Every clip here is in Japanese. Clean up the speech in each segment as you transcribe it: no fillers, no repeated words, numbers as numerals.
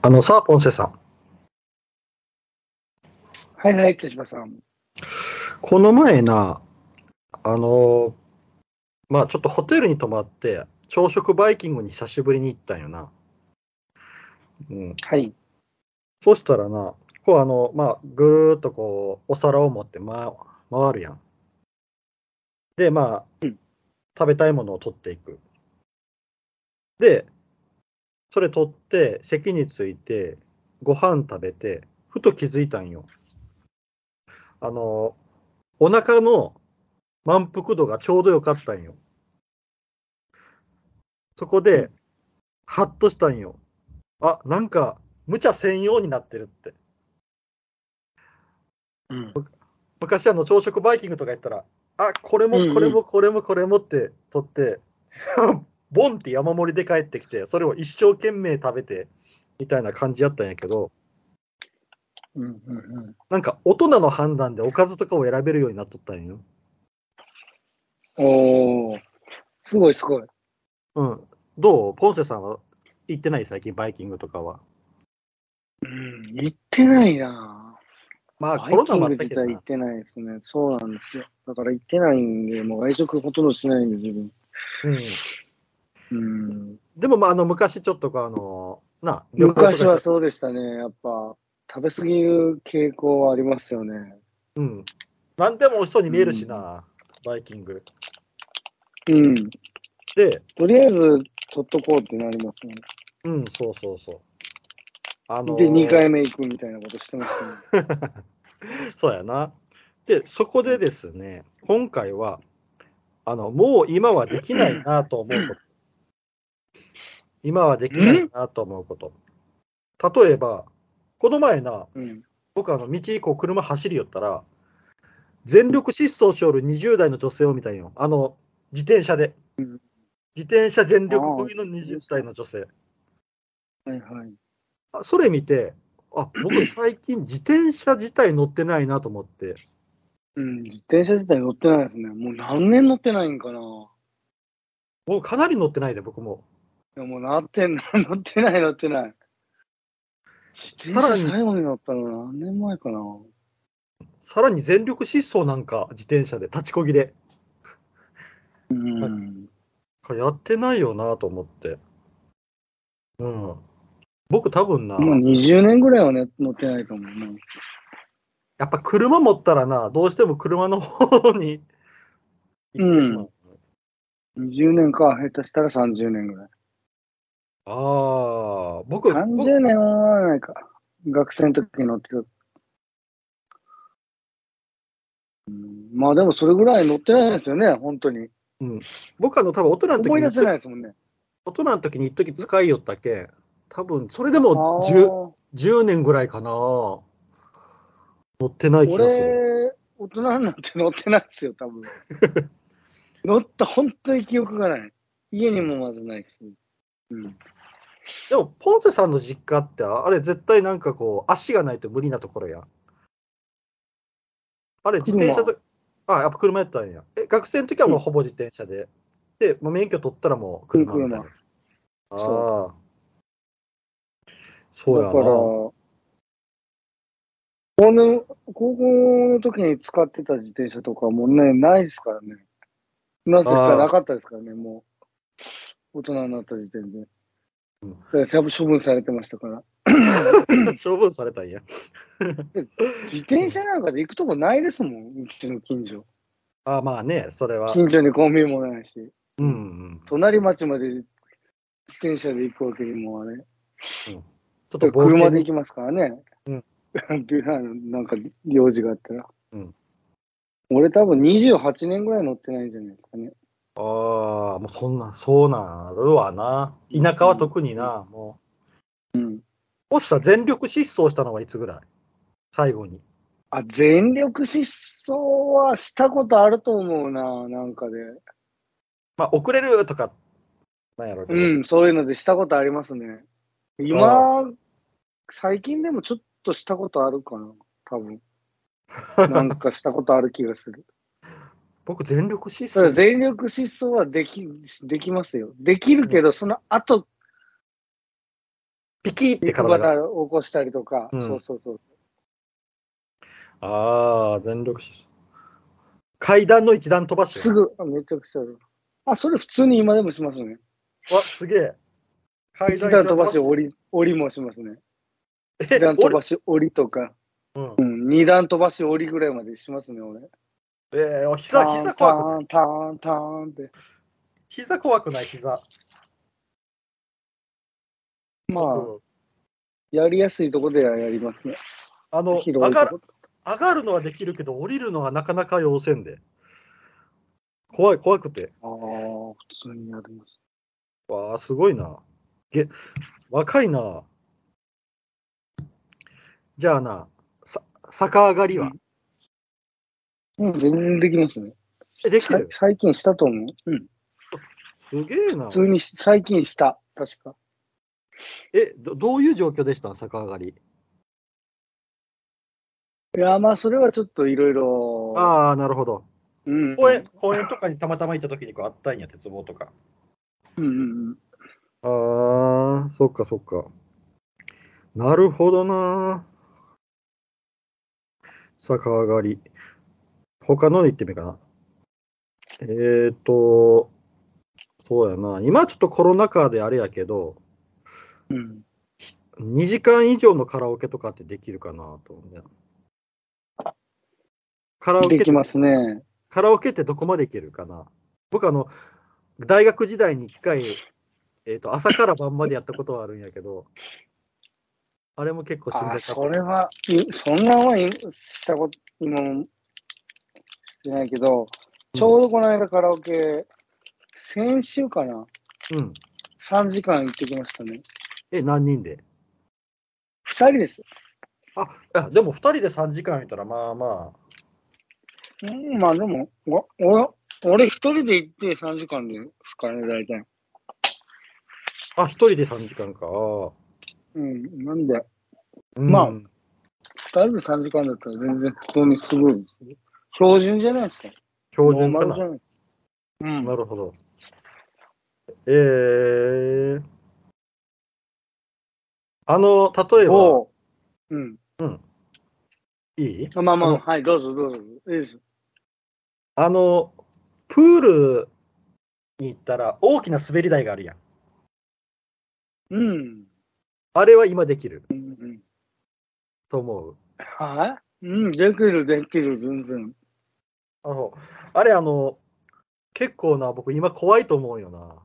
さあ、ポンセさん。 はいはい、手島さん。 この前な、ちょっとホテルに泊まって、朝食バイキングに久しぶりに行ったんよな。うん。 はい。 そしたらな、こうぐーっとこう、お皿を持って、回るやん。で、 うん。 食べたいものを取っていく。で、それ取って、席について、ご飯食べて、ふと気づいたんよ。あの、お腹の満腹度がちょうどよかったんよ。そこで、ハッとしたんよ。あ、なんか、無茶専用になってるって。 うん。 昔朝食バイキングとか言ったら、あ、これうん。 もこれうん。 もこれもこれもって取って、ボンって山盛りで帰ってきて、それを一生懸命食べて、みたいな感じやったんやけど、 うん。うん。 なんか大人の判断でおかずとかを選べるようになっとったんよ。 おー、すごいすごい。 うん。どうポンセさんは行ってない最近バイキングとかは。 うん。行ってないなぁ。バイコロナもあキング自ったけどな。 体行ってないですね。そうなんですよ。だから行ってないんで、もう外食ほとんどしないんで、自分。 うん。 うん。 でも昔ちょっと旅行とかした。 昔はそうでしたね。やっぱ、食べ過ぎる傾向はありますよね。 うん。なんでも美味しそうに見えるしうん。 な、バイキング。 うん。 で、 とりあえず、取っとこうってなりますね。 うん、そうそうそう。あで、2 の回目行くみたいなことしてましたね。 ーそうやな。で、そこでですね、今回は、もう今はできないなと思うこと。今はできないうんなと思うこと。例えば、この前な、 うん。 僕道こう車走り寄ったら、全力疾走しおる20代の女性を見たんよ。自転車で。 うん。 自転車全ああ、 力漕ぎのそうで 20 すか。 代の女性。 はいはい。 それ見て、僕最近自転車自体乗ってないなと思って。 うん、自転車自体乗ってないですね。もう何年乗ってないんかな。 僕かなり乗ってないで、僕も。 いやもうなってんの、乗ってない乗ってない。自転車さらに、 最後に乗ったの何年前かな。 さらに全力疾走なんか、自転車で、立ちこぎで。 うなんん。 かやってないよなと思って。うん。僕多分もうな、 20年ぐらいはね、乗ってないかもね。 やっぱ車持ったらな、どうしても車の方に行ってしまうん。 う。 20年か、下手したら30年ぐらい。 ああ、 30年はないか。学生の時に乗ってた。うん、まあでもそれぐらい乗ってないですよね、本当に。 うん。僕多分大人の時に思い出せないですもんね。 大人の時に一時使いよったけ、多分それでもああ。 10年ぐらいかな。乗ってない気がする。 俺、大人になって乗ってないですよ、多分。乗った本当に記憶がない。家にもまずないし。うん。 でも、ポンセさんの実家って、あれ絶対なんかこう、足がないと無理なところや。あれ、自転車車。 と、やっぱ車やったんや。学生の時はうん。 もうほぼ自転車で。で、もう免許取ったらもううん、車。 車みたいな。 そああ、 う。 そうだから、 やな。 高校の時に使ってた自転車とかもうね、ないですからね。なぜかなああ、 かったですからね、もう、大人になった時点で。 うん、 だから処分されてましたから。 処分されたんや。 で自転車なんかで行くとこないですもん、うちの近所。 まあね、それは。 近所にコンビニもないし。 ううん。 ん、 隣町まで自転車で行くわけにもあれ。 うん。ちょっと冒険に、 車で行きますからね。 うん、 なんか、用事があったら。 うん。 俺多分28年ぐらい乗ってないんじゃないですかね。 ああ、もうそうなるわな。田舎は特にな、もうん。 う。もしさ、全力疾走したのはいつぐらい最後に。 あ、全力疾走はしたことあると思うな、なんかで。 遅れるとか、なんやろうけど。 うん、そういうのでしたことありますね。 あ今、最近でもちょっとしたことあるかな、多分。なんあ。 かしたことある気がする。 僕、全力疾ただ走。 全力疾走はできますよ。できるうん。 けど、その後ピキーって肉体が。 離れを起こしたりとか、 うんそうそうそう。 ああ、全力疾走。階段の一段飛ばしは。 すぐ、めちゃくちゃある。あ、それ普通に今でもしますね。 わ、すげえ。階段一段飛ばし、 一段飛ばし。 降りもしますね。一え、俺、 段飛ばし、降りとか、 うん。 二段飛ばし、降りぐらいまでしますね、俺。ターン、 膝タ怖くない？ ーン、ターン、ターンって。 膝怖くない？膝。 まあ、 僕、 やりやすいとこではやりますね。広いとこ。 上がるのはできるけど、降りるのはなかなか要せんで。怖くて。 ああ、普通にやります。 わあ、すごいな。若いな。じゃあな、逆上がりは？ 全然できますね。 できる？ 最近したと思う。うん。 すげえな。 普通に最近した。確か。 どういう状況でした？逆上がり。 いや、まあ、それはちょっといろいろ。 ああ、なるほど。 うん。 公園とかにたまたま行った時にこうあったんや、鉄棒とか。 うんうんうん。 ああ、そっかそっか。なるほどな。逆上がり。他ので言ってみようかな。そうやな。今ちょっとコロナ禍であれやけど、 うん。 2時間以上のカラオケとかってできるかなと思うね。 できますね。 カラオケってどこまでいけるかな？僕大学時代に1回、朝から晩までやったことはあるんやけど、あれも結構しんどかった。 それは、そんなんはしたこと、今もしてないけど、ちょうどこの間カラオケ、先週かな、 うん。 3時間行ってきましたね。 何人で ？2人です。 でも2人で3時間いたらまあまあ。まあでも、俺1人で行って3時間ですかね、大体。 1人で3時間か。 なんで、 まあ、 2人で3時間だったら全然普通にすごいです。標準じゃないですか。 標準かな。 ノーマルじゃない。 なるほど。例えば、いい？ まあまあ、はい、どうぞどうぞ。いいです。 プールに行ったら大きな滑り台があるやん。あれは今できる、と思う。 はい。できる、全然。 あれ、結構な、僕今怖いと思うよな。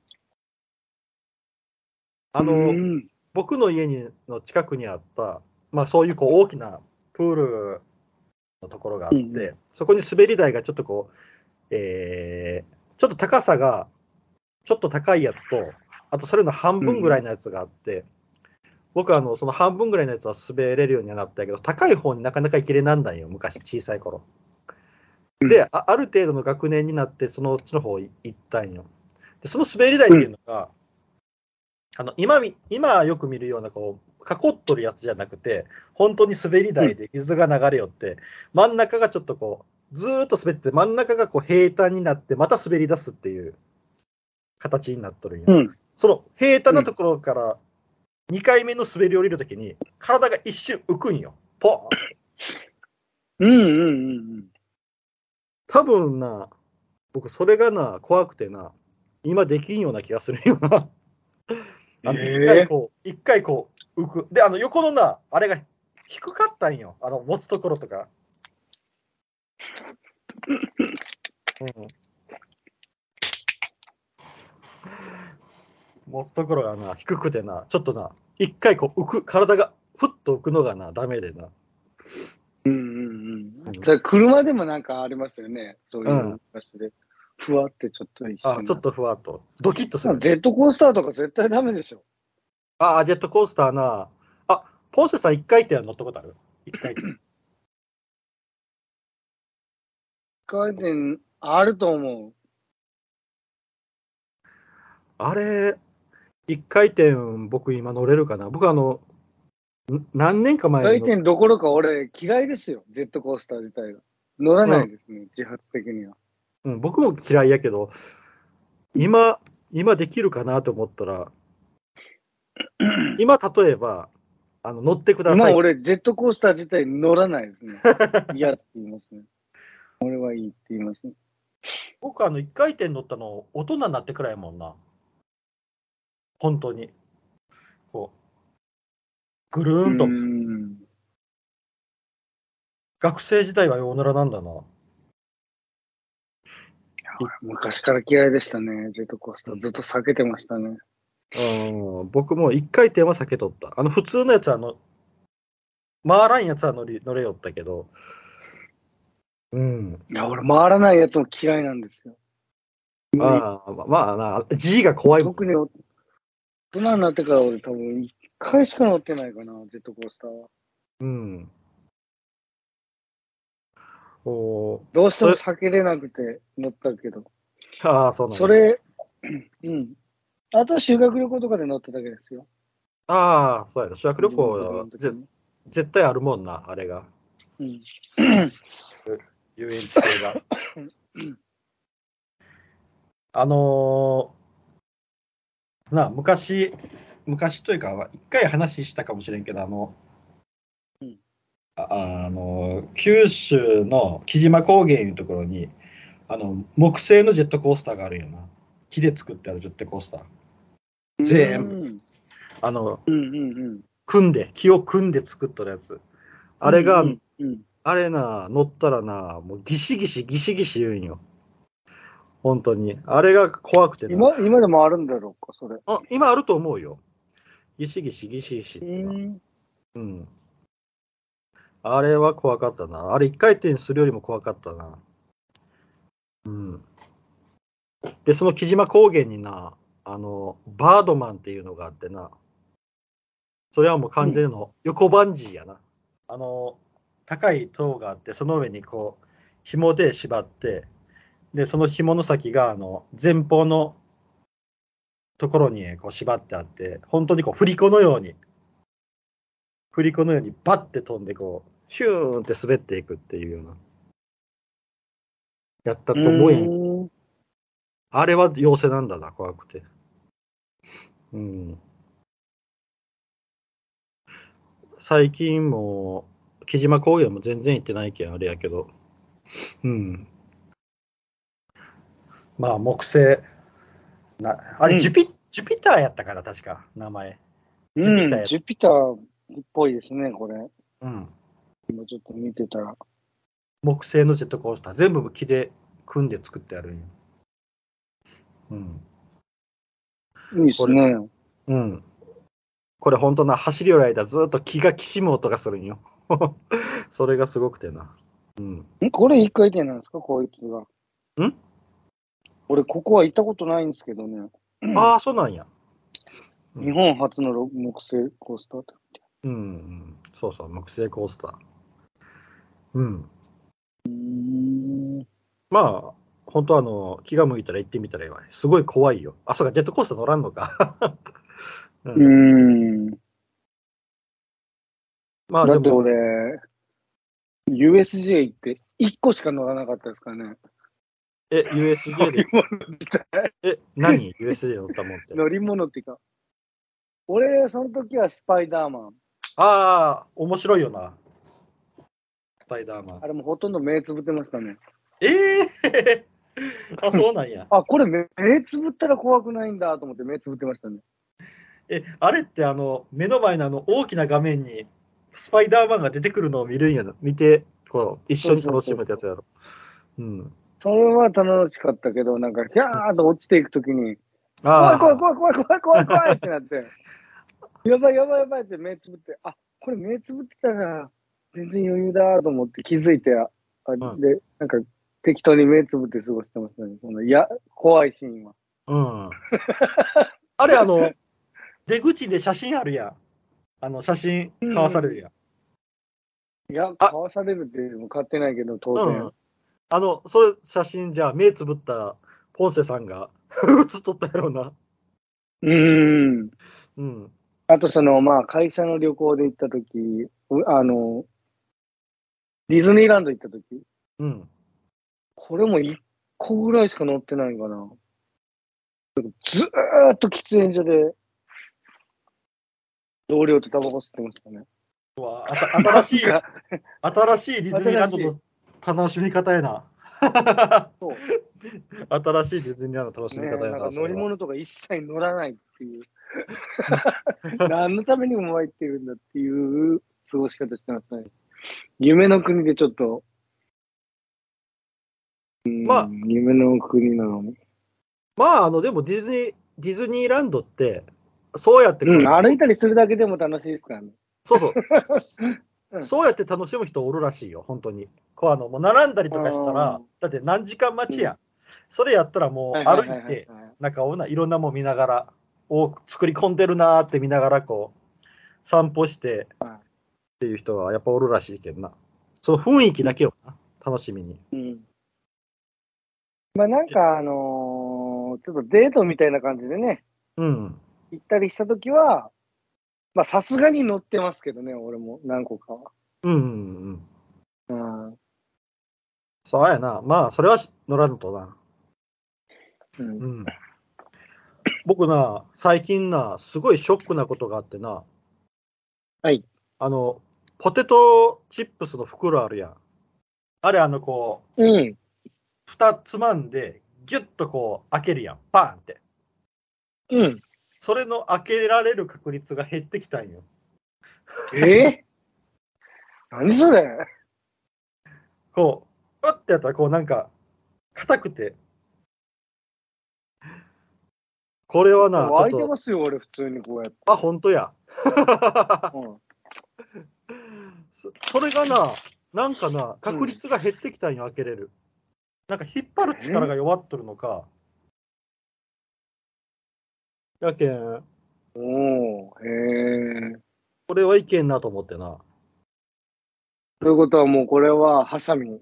僕の家の近くにあった、まあそういう大きなプールのところがあって、そこに滑り台がちょっとちょっと高さがちょっと高いやつと、あとそれの半分ぐらいのやつがあって、僕はその半分ぐらいのやつは滑れるようにはなったけど、高い方になかなか行けれなんだよ、昔小さい頃。で、ある程度の学年になって、そのうちの方行ったんよ。で、その滑り台っていうのが、今よく見るような囲っとるやつじゃなくて、本当に滑り台で水が流れよって、真ん中がちょっとずーっと滑ってて、真ん中が平坦になって、また滑り出すっていう形になっとるんよ。その平坦なところから2回目の滑り降りるときに、体が一瞬浮くんよ。ポーン。多分な、僕それがな、怖くてな、今できんような気がするよな。一回浮く。で、横のな、あれが低かったんよ。持つところとか。持つところがな、低くてな、ちょっとな、一回浮く、体がふっと浮くのがな、ダメでな。 車でもなんかありますよね。そういう場所で。ふわってちょっと一瞬。 ちょっとふわっと。ドキッとする。 ジェットコースターとか絶対ダメでしょ。 ジェットコースターな。ポンセさん1回転は乗ったことある？1回転。1 回転あると思う。 あれ、1回転僕今乗れるかな？僕何年か前に。1回転どころか俺嫌いですよ。ジェットコースター自体が。乗らないですね、自発的には。 僕も嫌いやけど、今できるかなと思ったら、 今例えば、乗ってください。 今俺、ジェットコースター自体乗らないですね。嫌って言いますね。俺はいいって言いますね。 僕、1回転乗ったの、大人になってくらいやもんな。本当に。こう、ぐるーんと。学生時代は大乗なんだな。 昔から嫌いでしたね、ジェットコースター。ずっと避けてましたね。 僕も1回転は避けとった。普通のやつは回らんやつは乗れよったけど。うん。 いや、俺回らないやつも嫌いなんですよ。 まあな、G が怖いもん。 特に大人になってから俺多分1回しか乗ってないかな、ジェットコースターは。 うん。 どうしても避けれなくて乗ったけど。 そうなんだ。 それ、うん。あとは修学旅行とかで乗っただけですよ。 そうやな。修学旅行、絶対あるもんな、あれが。 うん。 遊園地系が。昔というか、一回話したかもしれんけど、九州の木島高原いうところに、木製のジェットコースターがあるんよな。木で作ってあるジェットコースター。全部。木を組んで作っとるやつ。あれが、あれな、乗ったらな、もうギシギシ言うんよ。本当に。あれが怖くてな。 今でもあるんだろうか、それ。 今あると思うよ。ギシギシってな。うん。あれは怖かったな。あれ一回転するよりも怖かったな。うん。で、その木島高原にな、バードマンっていうのがあってな、それはもう完全の横バンジーやな。高い塔があって、その上にこう、紐で縛って、で、その紐の先が、前方のところにこう縛ってあって、本当にこう、振り子のようにバッて飛んで、こう、シューンって滑っていくっていうような。やったと思えん。あれは妖精なんだな、怖くて。うん。最近も、木島高原も全然行ってないけん、あれやけど。うん。まあ、木星。あれ、ジュピターやったから、確か、名前。 ジュピターっぽいですね、これ。 うん。 今ちょっと見てたら。 木製のジェットコースター、全部木で組んで作ってあるんよ。うん。 いいっすね。 うん。これ本当な、走りよる間ずっと気がきしむ音がするんよ。それがすごくてな。うん。 これ一回転なんですか、こいつが。俺、ここは行ったことないんですけどね。 そうなんや。 日本初の木製コースターって。 そうそう、木製コースター。うん。まあ、本当気が向いたら行ってみたらいいわ。すごい怖いよ。そうか、ジェットコースター乗らんのか。まあだって俺、USJ 行って1個しか乗らなかったですからね。 USJ で。何 ?USJ 乗ったもんって。 乗り物っていうか。俺、その時はスパイダーマン。 面白いよな。スパイダーマン。 あれもほとんど目つぶってましたね。 そうなんや。 これ目つぶったら怖くないんだと思って目つぶってましたね。 あれって目の前の大きな画面にスパイダーマンが出てくるのを見るんやな。見て、こう、一緒に楽しむってやつやろ。 それは楽しかったけど、なんか、ヒャーっと落ちていくときに、怖いってなって、やばいって目つぶって、これ目つぶってたら全然余裕だと思って気づいて、で、なんか適当に目つぶって過ごしてましたね。怖いシーンは。 あれ、出口で写真あるやん。写真買わされるやん。 いや、買わされるっても買ってないけど、当然。 それ写真じゃ目つぶったポンセさんが写っとったやろうな。 あと会社の旅行で行ったとき、ディズニーランド行ったとき、これも1個ぐらいしか乗ってないかな。ずーっと喫煙所で同僚とタバコ吸ってましたね。 新しいディズニーランドの楽しみ方やな。そう新しいディズニーランドの楽しみ方やな。 なんか乗り物とか一切乗らないっていう。何のためにも参ってるんだっていう過ごし方してますね。夢の国でちょっと、夢の国なのに。 でもディズニーランドって、そうやって歩いたりするだけでも楽しいですからね。 そうそうやって楽しむ人おるらしいよ、本当に。もう並んだりとかしたら、だって何時間待ちや。それやったらもう歩いて、なんかいろんなもん見ながら、作り込んでるなーって見ながら散歩してっていう人はやっぱおるらしいけどな。その雰囲気だけを楽しみに。 なんかちょっとデートみたいな感じでね、行ったりしたときは、さすがに乗ってますけどね、俺も何個かは。 そうやな。それは乗らんとな。僕な、最近な、すごいショックなことがあってな。 はい。 ポテトチップスの袋あるやん。あれ、蓋つまんで、ギュッと開けるやん。パーンって。それの開けられる確率が減ってきたんよ。 何それ？ うってやったらなんか硬くて、これはな、ちょっと開いてますよ、俺普通にこうやって。 本当や。それがなんか確率が減ってきたんよ、開けれる。なんか引っ張る力が弱っとるのか。やけん。これはいけんなと思ってな。 ということはもうこれはハサミ。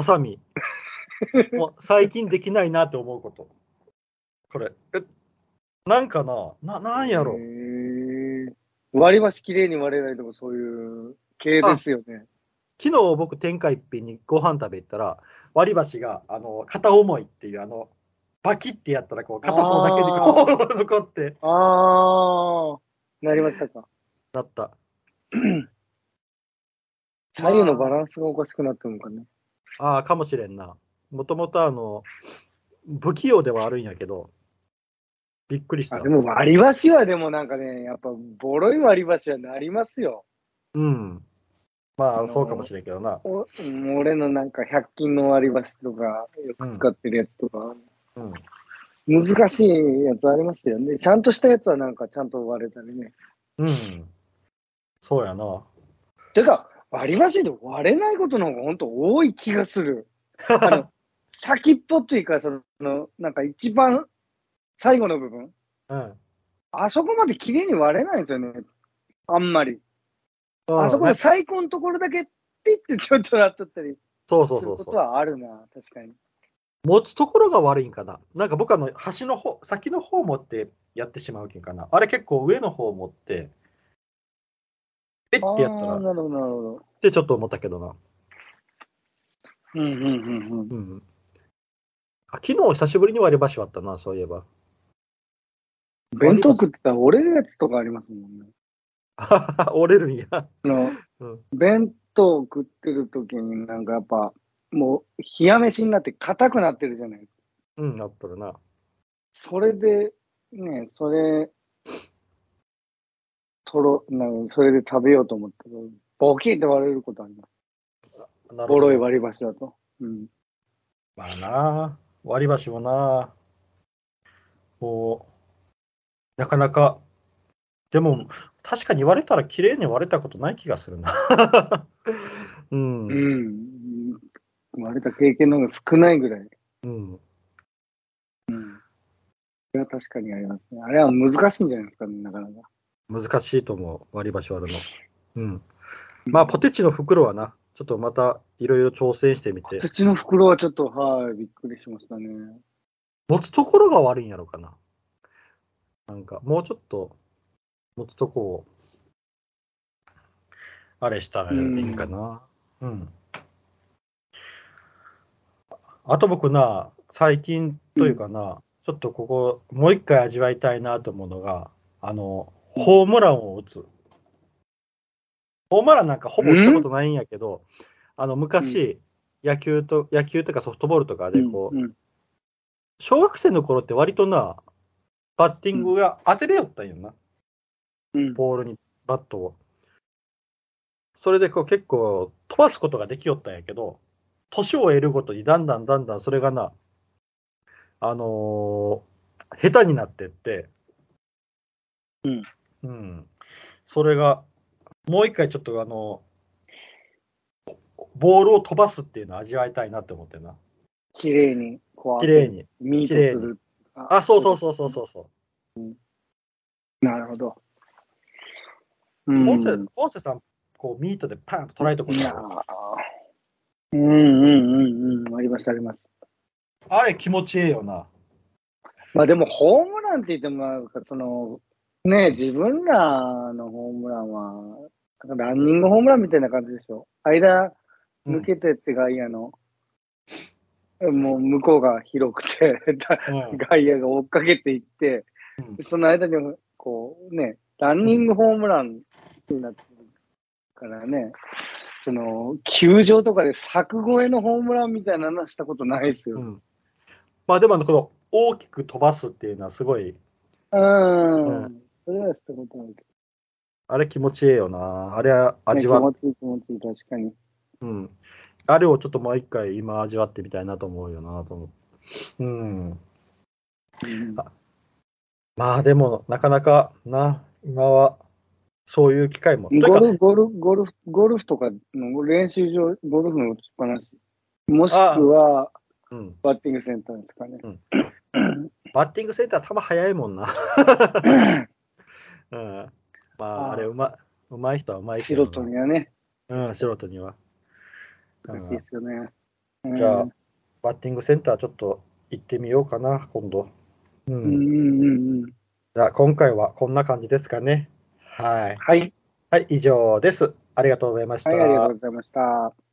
もう最近できないなって思うこと。これ。なんかなんやろ。 割り箸きれいに割れないとかそういう系ですよね。 昨日僕天下一品にご飯食べ行ったら、割り箸が片思いっていうバキってやったら片方だけに残って。 なりましたか。 なった。 左右のバランスがおかしくなったのかね。 かもしれんな。もともと不器用ではあるんやけど、びっくりした。 でも割り箸はでもなんかね、やっぱボロい割り箸はなりますよ。 そうかもしれんけどな。 俺のなんか100均の割り箸とか、よく使ってるやつとか、難しいやつありますよね。ちゃんとしたやつはなんかちゃんと割れたりね。 そうやな。 てか、割り箸で割れないことの方が本当多い気がする。先っぽっていうか、なんか一番最後の部分。あそこまで綺麗に割れないんですよね。あんまり。あそこの最高のところだけピッてちょっとなっちゃったりすることはあるな、確かに。 持つところが悪いんかな。なんか僕端の方、先の方持ってやってしまうけんかな。あれ結構上の方持って、ってやったら、 なるほど、なるほど。 ってちょっと思ったけどな。昨日久しぶりに割り箸割ったな、そういえば。 弁当食ってたら折れるやつとかありますもんね。 折れるんや。 弁当食ってる時になんかやっぱ、もう冷や飯になって硬くなってるじゃないですか。 なっとるな。 それで、ね、それで食べようと思ったら、ボキって割れることあります。ボロい割り箸だと。 割り箸もな、なかなか、でも、確かに割れたら綺麗に割れたことない気がするな。 割れた経験の方が少ないぐらい。それは確かにありますね。あれは難しいんじゃないですかね、なかなか。 難しいと思う、割り箸割るの。ポテチの袋はな、ちょっとまたいろいろ挑戦してみて。 ポテチの袋はちょっと、びっくりしましたね。 持つところが悪いんやろかな。なんか、もうちょっと持つとこを、あれしたらいいんかな。あと僕な、最近というかな、ちょっとここ、もう一回味わいたいなと思うのが、ホームランを打つ。 ホームランなんかほぼ打ったことないんやけど、昔、野球とかソフトボールとかでこう、小学生の頃って割とな、バッティングが当てれよったんよな。ボールにバットを。それでこう結構飛ばすことができよったんやけど、年を得るごとにだんだんそれがな、下手になってって、それが、もう一回ちょっとボールを飛ばすっていうのを味わいたいなって思ってな。 綺麗に、こう、 綺麗に。 ミートする。 そう。 なるほど。 ポンセさん、こう、ミートでパンと捉えたことある？ あります、あります。 あれ気持ちいいよな。 まあでも、ホームランって言っても、自分らのホームランは、ランニングホームランみたいな感じでしょ。間抜けてって外野の、もう向こうが広くて、外野が追っかけていって、その間にこうね、ランニングホームランになってるからね、球場とかで柵越えのホームランみたいなのはしたことないですよ。 まあでもこの大きく飛ばすっていうのはすごい。 それはしたことないけど。 あれ気持ちいいよな。あれは味わっ気持ちいい、確かに。 あれをちょっともう一回今味わってみたいなと思うよなと思う。まあでもなかなかな、今はそういう機会も。 ゴルフとかの練習場、ゴルフの打ちっぱなし。もしくは、バッティングセンターですかね。 バッティングセンター球速いもんな。まあ、あれうまい人はうまいけど。 素人にはね。 素人には。 難しいですよね。 じゃあ、バッティングセンターちょっと行ってみようかな、今度。じゃあ、今回はこんな感じですかね。はい。はい、以上です。ありがとうございました。 はい、ありがとうございました。